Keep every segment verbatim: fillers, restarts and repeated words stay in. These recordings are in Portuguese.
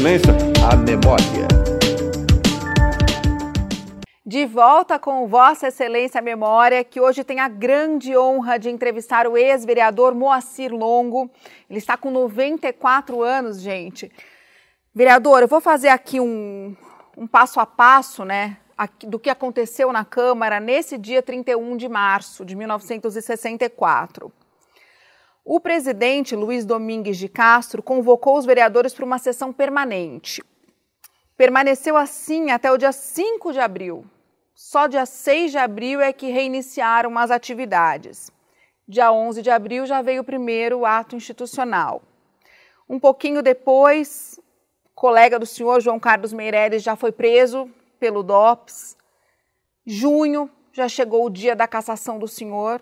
Excelência, a memória. De volta com Vossa Excelência a Memória, que hoje tem a grande honra de entrevistar o ex-vereador Moacir Longo. Ele está com noventa e quatro anos, gente. Vereador, eu vou fazer aqui um, um passo a passo, né, do que aconteceu na Câmara nesse dia trinta e um de março de mil novecentos e sessenta e quatro. O presidente Luiz Domingues de Castro convocou os vereadores para uma sessão permanente. Permaneceu assim até o dia cinco de abril. Só dia seis de abril é que reiniciaram as atividades. Dia onze de abril já veio o primeiro ato institucional. Um pouquinho depois, colega do senhor, João Carlos Meireles, já foi preso pelo D O P S. Junho, já chegou o dia da cassação do senhor.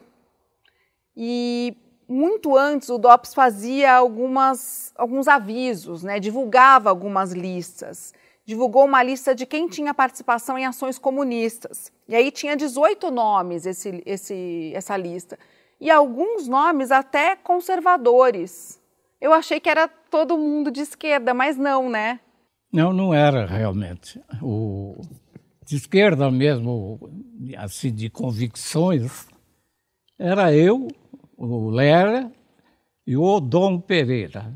E muito antes, o D O P S fazia algumas, alguns avisos, né? Divulgava algumas listas. Divulgou uma lista de quem tinha participação em ações comunistas. E aí tinha dezoito nomes esse, esse, essa lista. E alguns nomes até conservadores. Eu achei que era todo mundo de esquerda, mas não, né? Não, não era realmente. O, de esquerda mesmo, assim, de convicções, era eu, o Lera e o Odom Pereira.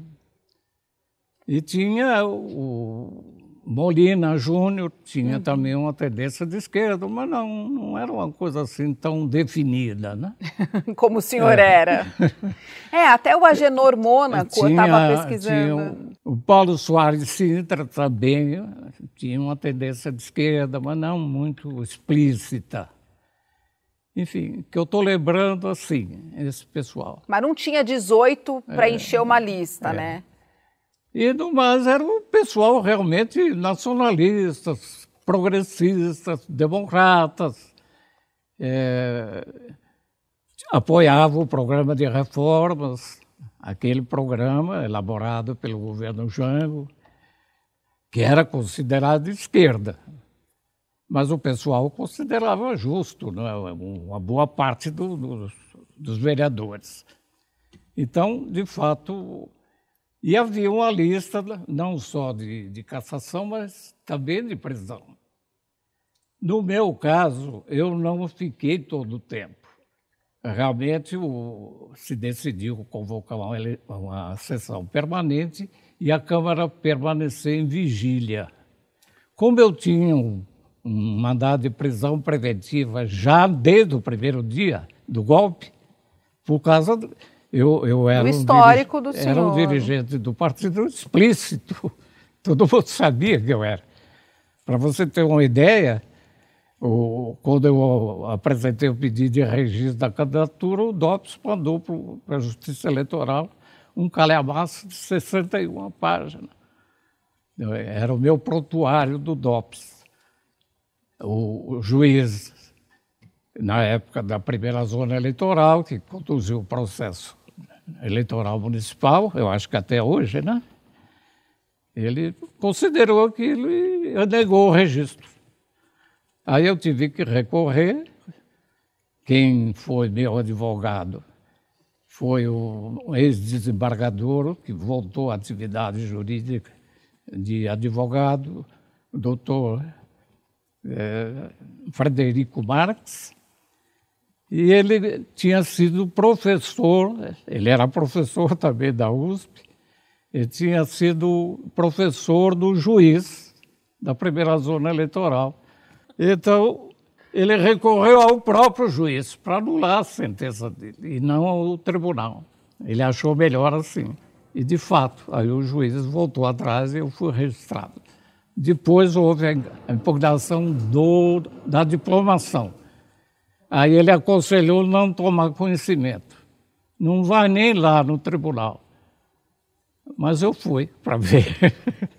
E tinha o Molina Júnior, tinha uhum. também uma tendência de esquerda, mas não, não era uma coisa assim tão definida, né? Como o senhor é. era. É, até o Agenor Mônaco eu estava pesquisando. Tinha o Paulo Soares Sintra também tinha uma tendência de esquerda, mas não muito explícita. Enfim, que eu estou lembrando assim, esse pessoal. Mas não tinha dezoito para é, encher uma lista, é. né? E no mais era o pessoal realmente nacionalistas, progressistas, democratas, é, apoiava o programa de reformas, aquele programa elaborado pelo governo Jango, que era considerado de esquerda, mas o pessoal considerava justo, né? Uma boa parte do, do, dos vereadores. Então, de fato... E havia uma lista não só de, de cassação, mas também de prisão. No meu caso, eu não fiquei todo o tempo. Realmente o, se decidiu convocar uma, uma sessão permanente e a Câmara permanecer em vigília. Como eu tinha um, um mandado de prisão preventiva já desde o primeiro dia do golpe, por causa... Do, Eu, eu era, o histórico um do senhor. Era um dirigente do partido explícito. Todo mundo sabia que eu era. Para você ter uma ideia, o, quando eu apresentei o pedido de registro da candidatura, o D O P S mandou para a Justiça Eleitoral um calhamaço de sessenta e uma páginas. Era o meu prontuário do D O P S. O, o juiz, na época da primeira zona eleitoral, que conduziu o processo eleitoral municipal, eu acho que até hoje, né? Ele considerou aquilo e negou o registro. Aí eu tive que recorrer. Quem foi meu advogado foi o ex-desembargador, que voltou à atividade jurídica de advogado, o doutor é, Frederico Marques. E ele tinha sido professor, ele era professor também da U S P, ele tinha sido professor do juiz da primeira zona eleitoral. Então, ele recorreu ao próprio juiz para anular a sentença dele, e não ao tribunal. Ele achou melhor assim. E, de fato, aí o juiz voltou atrás e eu fui registrado. Depois houve a impugnação do, da diplomação. Aí ele aconselhou não tomar conhecimento. Não vai nem lá no tribunal. Mas eu fui para ver.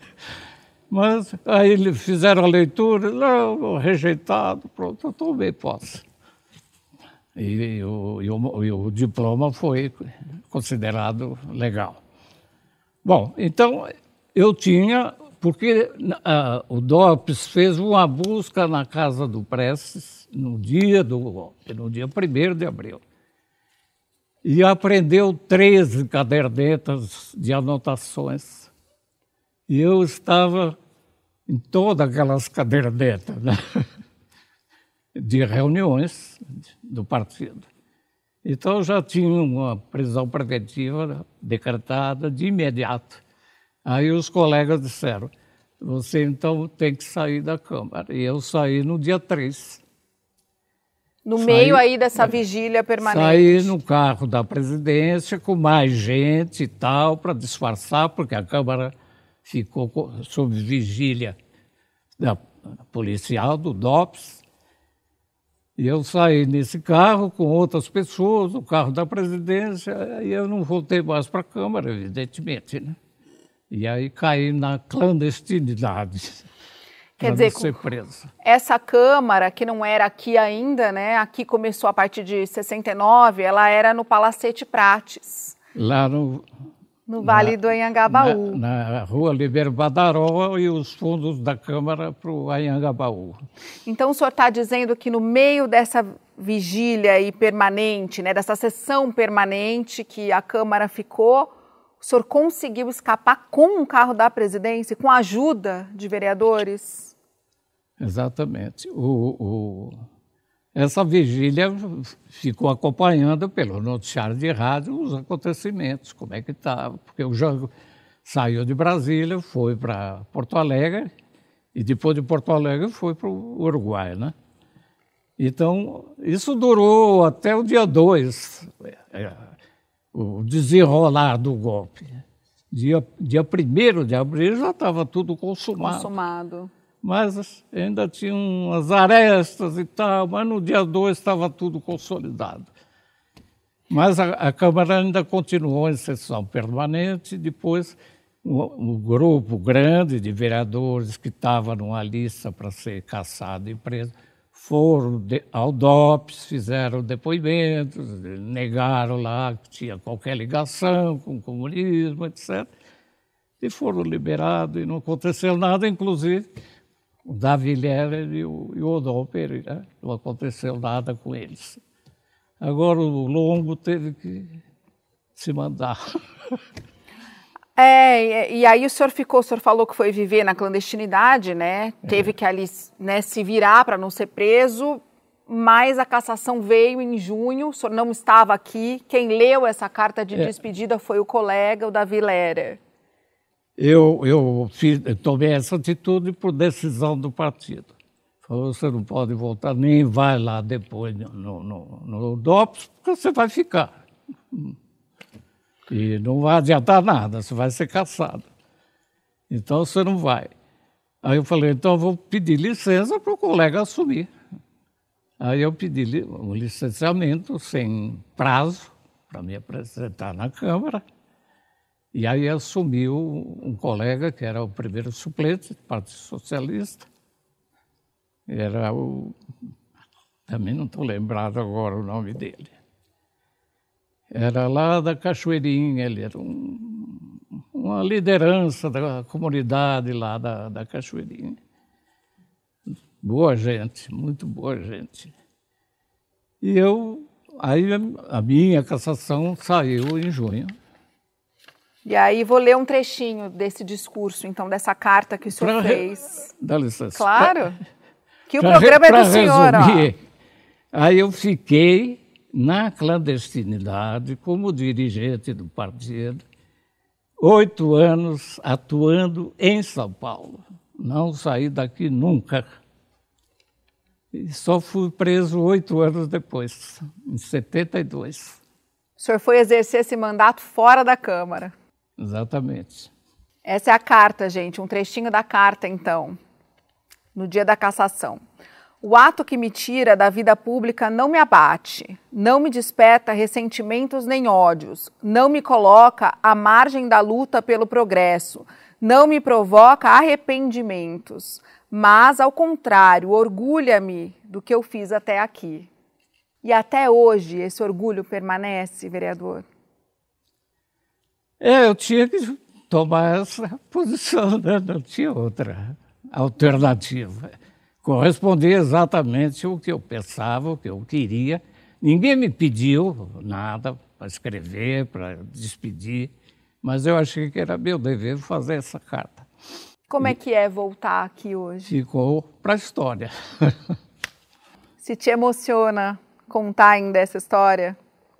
Mas aí eles fizeram a leitura, não, rejeitado, pronto, eu tomei posse. E, e, o, e, o, e o diploma foi considerado legal. Bom, então eu tinha, porque uh, o D O P S fez uma busca na casa do Prestes no dia do golpe, no dia primeiro de abril. E apreendeu treze cadernetas de anotações E eu estava em todas aquelas cadernetas, né? De reuniões do partido. Então, já tinha uma prisão preventiva decretada de imediato. Aí os colegas disseram, você então tem que sair da Câmara. E eu saí no dia três. No saí, meio aí dessa vigília permanente. Saí no carro da presidência com mais gente e tal, para disfarçar, porque a Câmara ficou sob vigília da policial, do DOPS. E eu saí nesse carro com outras pessoas, no carro da presidência, e eu não voltei mais para a Câmara, evidentemente, né? E aí caí na clandestinidade. Quer dizer, ser preso. Essa Câmara, que não era aqui ainda, né? Aqui começou a partir de sessenta e nove, ela era no Palacete Prates. Lá no... No Vale na, do Anhangabaú. Na, na rua Libero Badaró e os fundos da Câmara para o Anhangabaú. Então o senhor está dizendo que no meio dessa vigília aí permanente, né, dessa sessão permanente que a Câmara ficou, o senhor conseguiu escapar com um carro da presidência, com a ajuda de vereadores? Exatamente. O, o, essa vigília ficou acompanhando pelo noticiário de rádio os acontecimentos, como é que estava, porque o Jango saiu de Brasília, foi para Porto Alegre, e depois de Porto Alegre foi para o Uruguai, né? Então, isso durou até o dia dois, o desenrolar do golpe. Dia, dia primeiro de abril já estava tudo consumado. Consumado. Mas ainda tinha umas arestas e tal, mas no dia dois estava tudo consolidado. Mas a, a Câmara ainda continuou em sessão permanente, depois um, um grupo grande de vereadores que estava numa lista para ser caçado e preso, foram de, ao DOPS, fizeram depoimentos, negaram lá que tinha qualquer ligação com o comunismo, etcétera. E foram liberados e não aconteceu nada, inclusive o Davi Lerer e o, e o Odon Pereira, né? Não aconteceu nada com eles. Agora o Longo teve que se mandar. É, e, e aí o senhor ficou, o senhor falou que foi viver na clandestinidade, né? É. Teve que ali, né, se virar para não ser preso, mas a cassação veio em junho, o senhor não estava aqui. Quem leu essa carta de é. despedida foi o colega, o Davi Lerer. Eu, eu, fiz, eu tomei essa atitude por decisão do partido. Falou, você não pode voltar, nem vai lá depois no, no, no DOPS, porque você vai ficar. E não vai adiantar nada, você vai ser caçado. Então você não vai. Aí eu falei, então eu vou pedir licença para o colega assumir. Aí eu pedi um licenciamento sem prazo para me apresentar na Câmara. E aí assumiu um colega que era o primeiro suplente do Partido Socialista. Era o... Também não estou lembrado agora o nome dele. Era lá da Cachoeirinha, ele era um, uma liderança da comunidade lá da, da Cachoeirinha. Boa gente, muito boa gente. E eu... Aí a minha cassação saiu em junho. E aí vou ler um trechinho desse discurso, então, dessa carta que o senhor pra fez. Re... Dá licença. Claro, que o pra programa re... é do senhor. Resumir, ó. Aí eu fiquei na clandestinidade como dirigente do partido, oito anos atuando em São Paulo. Não saí daqui nunca. E só fui preso oito anos depois, em setenta e dois. O senhor foi exercer esse mandato fora da Câmara. Exatamente. Essa é a carta, gente, um trechinho da carta, então, no dia da cassação. O ato que me tira da vida pública não me abate, não me desperta ressentimentos nem ódios, não me coloca à margem da luta pelo progresso, não me provoca arrependimentos, mas, ao contrário, orgulha-me do que eu fiz até aqui. E até hoje esse orgulho permanece, vereador? É, eu tinha que tomar essa posição, né? Não tinha outra alternativa. Correspondia exatamente o que eu pensava, o que eu queria. Ninguém me pediu nada para escrever, para despedir, mas eu achei que era meu dever fazer essa carta. Como é que é voltar aqui hoje? Ficou para a história. Se te emociona contar ainda essa história?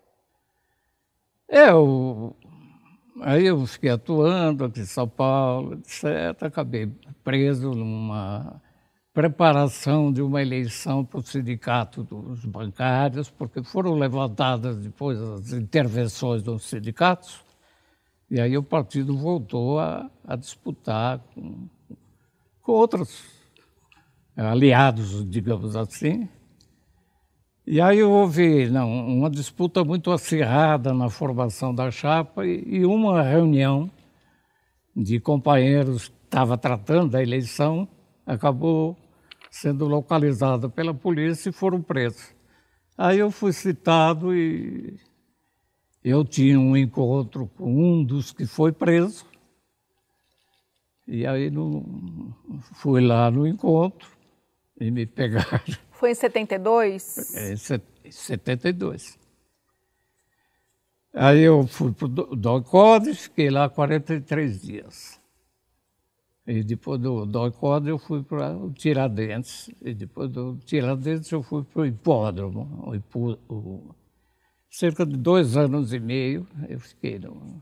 É, eu, aí eu fiquei atuando aqui em São Paulo, etcétera. Acabei preso numa preparação de uma eleição para o sindicato dos bancários, porque foram levantadas depois as intervenções dos sindicatos, e aí o partido voltou a, a disputar com, com outros aliados, digamos assim. E aí houve não, uma disputa muito acirrada na formação da chapa e, e uma reunião de companheiros que estava tratando da eleição acabou sendo localizada pela polícia e foram presos. Aí eu fui citado e eu tinha um encontro com um dos que foi preso. E aí no, fui lá no encontro e me pegaram. Foi em setenta e dois? É, em setenta e dois. Aí eu fui para o D O I-C O D e fiquei lá quarenta e três dias. E depois do D O I-C O D eu fui para o Tiradentes. E depois do Tiradentes eu fui para o hipódromo. O hipó, o, cerca de dois anos e meio eu fiquei no...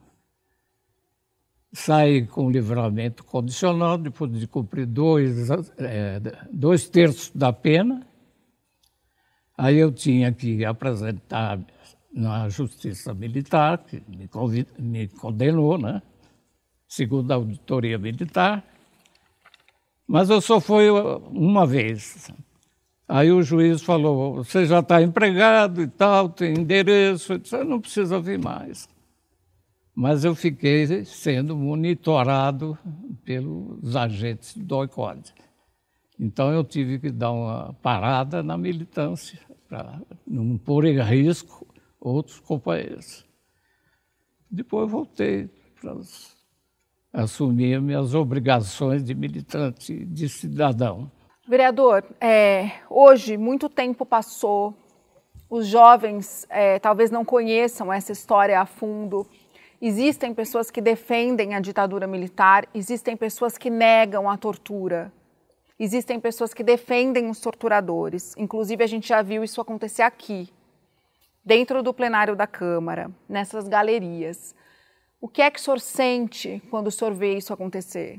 Saí com livramento condicional, depois de cumprir dois, é, dois terços da pena. Aí eu tinha que apresentar na Justiça Militar, que me, convid... me condenou, né? Segundo a auditoria militar. Mas eu só fui uma vez. Aí o juiz falou, você já está empregado e tal, tem endereço, eu disse, não precisa vir mais. Mas eu fiquei sendo monitorado pelos agentes do D O I-C O D. Então eu tive que dar uma parada na militância para não pôr em risco outros companheiros. Depois voltei para assumir minhas obrigações de militante, de cidadão. Vereador, é, hoje muito tempo passou, os jovens é, talvez não conheçam essa história a fundo. Existem pessoas que defendem a ditadura militar, existem pessoas que negam a tortura. Existem pessoas que defendem os torturadores. Inclusive, a gente já viu isso acontecer aqui, dentro do plenário da Câmara, nessas galerias. O que é que o senhor sente quando o senhor vê isso acontecer?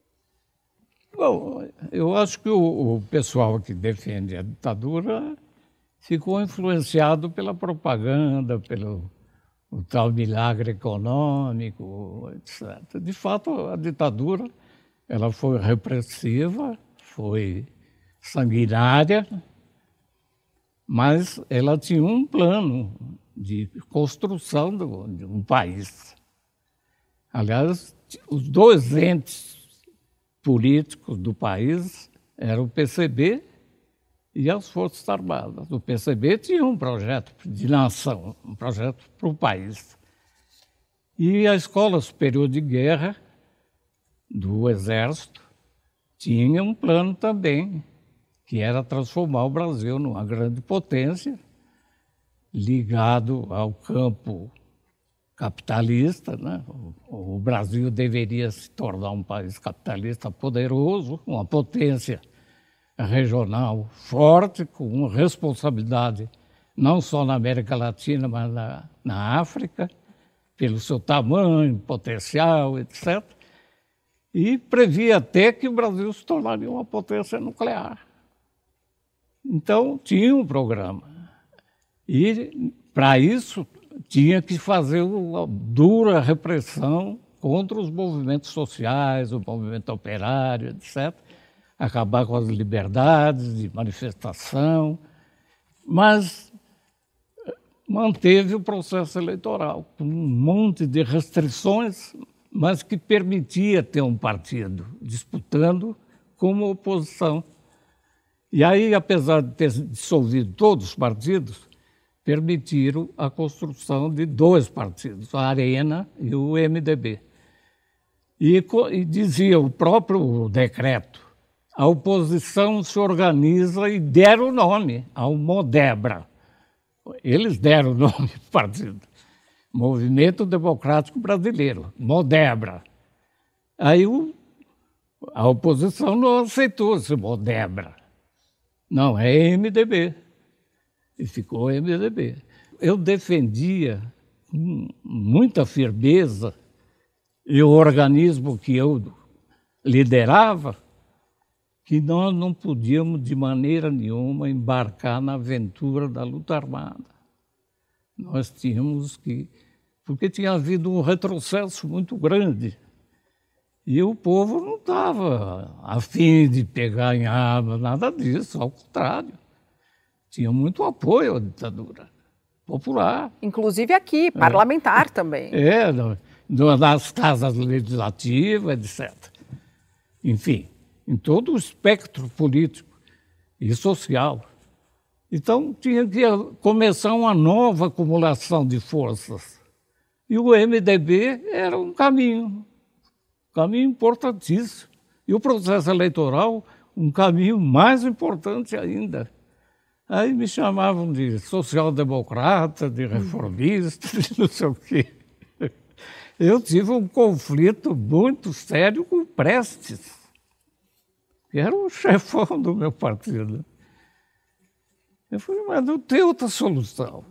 Bom, eu acho que o, o pessoal que defende a ditadura ficou influenciado pela propaganda, pelo o tal milagre econômico, etcétera. De fato, a ditadura ela foi repressiva, foi sanguinária, mas ela tinha um plano de construção do, de um país. Aliás, os dois entes políticos do país eram o P C B e as Forças Armadas. O P C B tinha um projeto de nação, um projeto para o país. E a Escola Superior de Guerra do Exército tinha um plano também, que era transformar o Brasil numa grande potência, ligado ao campo capitalista, né? O Brasil deveria se tornar um país capitalista poderoso, uma potência regional forte, com uma responsabilidade não só na América Latina, mas na, na África, pelo seu tamanho, potencial, etcétera. E previa até que o Brasil se tornaria uma potência nuclear. Então, tinha um programa. E, para isso, tinha que fazer uma dura repressão contra os movimentos sociais, o movimento operário, etcétera, acabar com as liberdades de manifestação, mas manteve o processo eleitoral com um monte de restrições, mas que permitia ter um partido disputando como oposição. E aí, apesar de ter dissolvido todos os partidos, permitiram a construção de dois partidos, a Arena e o M D B. E, e dizia o próprio decreto, a oposição se organiza e deram o nome ao Modebra. Eles deram o nome do partido. Movimento Democrático Brasileiro, Modebra. Aí o, A oposição não aceitou esse Debra. Não, é M D B. E ficou M D B. Eu defendia com muita firmeza, e o organismo que eu liderava, que nós não podíamos de maneira nenhuma embarcar na aventura da luta armada. Nós tínhamos que... Porque tinha havido um retrocesso muito grande. E o povo não estava a fim de pegar em armas, nada disso, ao contrário. Tinha muito apoio à ditadura popular. Inclusive aqui, parlamentar é. também. É, no, nas casas legislativas, etcétera. Enfim, em todo o espectro político e social. Então, tinha que começar uma nova acumulação de forças. E o M D B era um caminho. Caminho importantíssimo. E o processo eleitoral, um caminho mais importante ainda. Aí me chamavam de social-democrata, de reformista, de não sei o quê. Eu tive um conflito muito sério com o Prestes, que era o chefão do meu partido. Eu falei, mas não tem outra solução.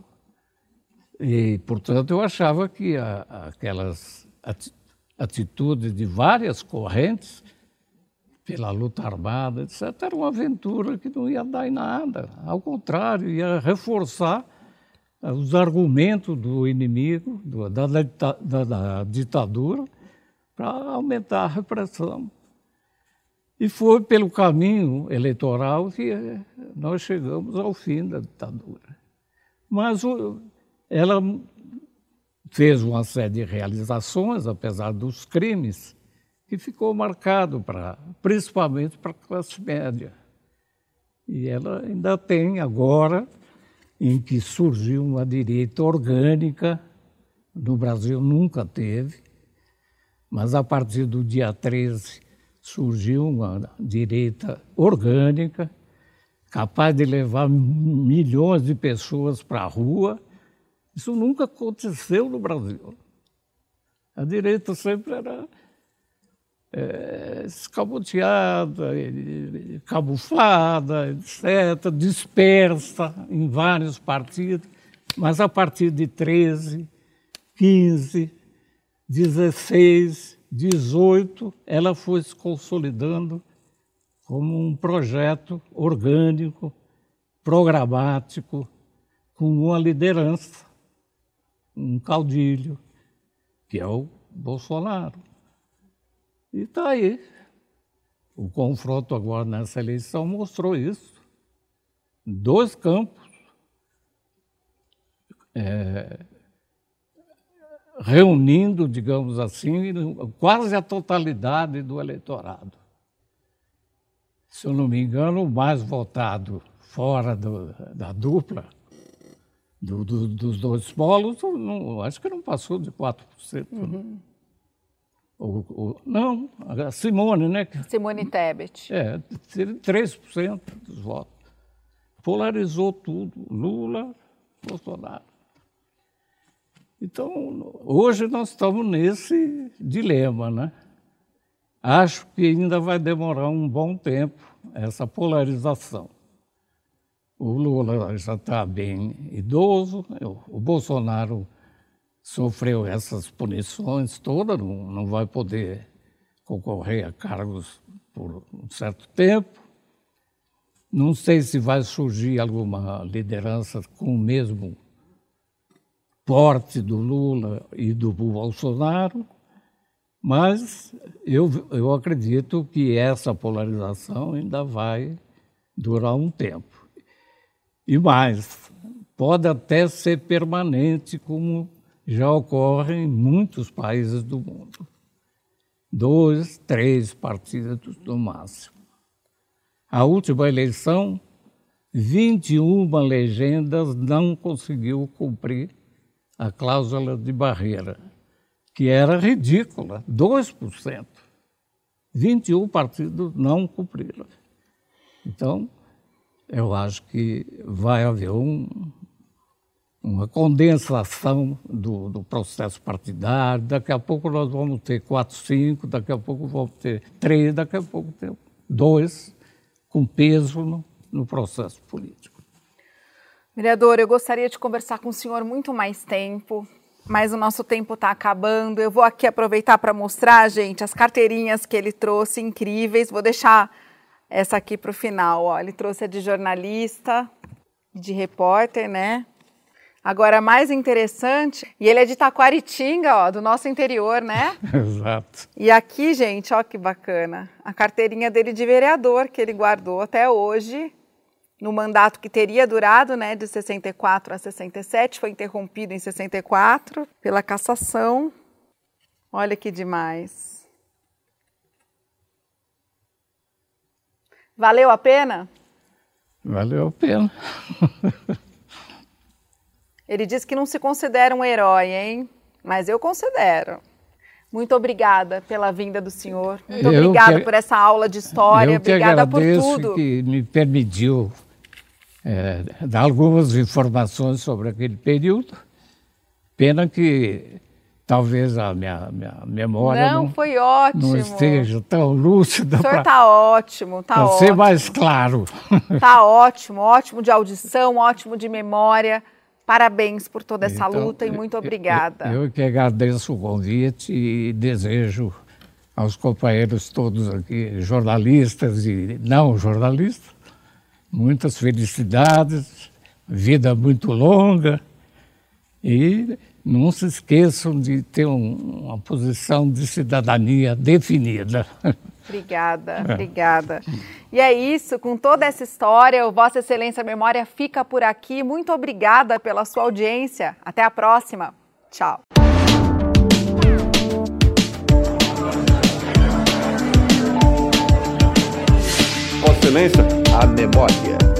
E, portanto, eu achava que a, aquelas atitudes de várias correntes, pela luta armada, etcétera, era uma aventura que não ia dar em nada. Ao contrário, ia reforçar os argumentos do inimigo, do, da, da, da ditadura, para aumentar a repressão. E foi pelo caminho eleitoral que nós chegamos ao fim da ditadura. Mas o, ela fez uma série de realizações, apesar dos crimes, que ficou marcado, pra, principalmente para a classe média. E ela ainda tem agora, em que surgiu uma direita orgânica, no Brasil nunca teve, mas a partir do dia treze surgiu uma direita orgânica, capaz de levar milhões de pessoas para a rua. Isso nunca aconteceu no Brasil. A direita sempre era é, escamoteada, camuflada, etcétera, dispersa em vários partidos, mas a partir de treze, quinze, dezesseis, dezoito, ela foi se consolidando como um projeto orgânico, programático, com uma liderança, um caudilho, que é o Bolsonaro. E está aí. O confronto agora nessa eleição mostrou isso. Dois campos, é, reunindo, digamos assim, quase a totalidade do eleitorado. Se eu não me engano, o mais votado fora do, da dupla, do, do, dos dois polos, não, acho que não passou de quatro por cento. Uhum. Ou, ou, não, a Simone, né? Simone Tebet. É, três por cento dos votos. Polarizou tudo, Lula, Bolsonaro. Então, hoje nós estamos nesse dilema, né? Acho que ainda vai demorar um bom tempo essa polarização. O Lula já está bem idoso, o Bolsonaro sofreu essas punições todas, não, não vai poder concorrer a cargos por um certo tempo. Não sei se vai surgir alguma liderança com o mesmo porte do Lula e do Bolsonaro, mas eu, eu acredito que essa polarização ainda vai durar um tempo. E mais, pode até ser permanente, como já ocorre em muitos países do mundo. Dois, três partidos no máximo. A última eleição, vinte e uma legendas não conseguiu cumprir a cláusula de barreira, que era ridícula, dois por cento. vinte e um partidos não cumpriram. Então, eu acho que vai haver um, uma condensação do, do processo partidário. Daqui a pouco nós vamos ter quatro, cinco, daqui a pouco vamos ter três, daqui a pouco ter dois, com peso no, no processo político. Vereador, eu gostaria de conversar com o senhor muito mais tempo, mas o nosso tempo está acabando. Eu vou aqui aproveitar para mostrar, gente, as carteirinhas que ele trouxe, incríveis. Vou deixar essa aqui para o final. Ó. Ele trouxe a de jornalista, de repórter, né? Agora, mais interessante, e ele é de Taquaritinga, ó, do nosso interior, né? Exato. E aqui, gente, ó que bacana, a carteirinha dele de vereador, que ele guardou até hoje, no mandato que teria durado, né, de sessenta e quatro a sessenta e sete, foi interrompido em sessenta e quatro pela cassação. Olha que demais. Valeu a pena? Valeu a pena. Ele disse que não se considera um herói, hein? Mas eu considero. Muito obrigada pela vinda do senhor. Muito eu obrigada que, por essa aula de história. Eu que obrigada por agradeço tudo. Que me permitiu é, dar algumas informações sobre aquele período. Pena que talvez a minha, minha memória não, não, foi ótimo. não esteja tão lúcida. O senhor está pra, ótimo, está pra ótimo. ser mais claro. Está ótimo, ótimo de audição, ótimo de memória. Parabéns por toda essa então, luta e muito obrigada. Eu, eu que agradeço o convite e desejo aos companheiros todos aqui, jornalistas e não jornalistas, muitas felicidades, vida muito longa e não se esqueçam de ter um, uma posição de cidadania definida. Obrigada, é. obrigada. E é isso, com toda essa história, o Vossa Excelência Memória fica por aqui. Muito obrigada pela sua audiência. Até a próxima. Tchau. Vossa Excelência, a memória.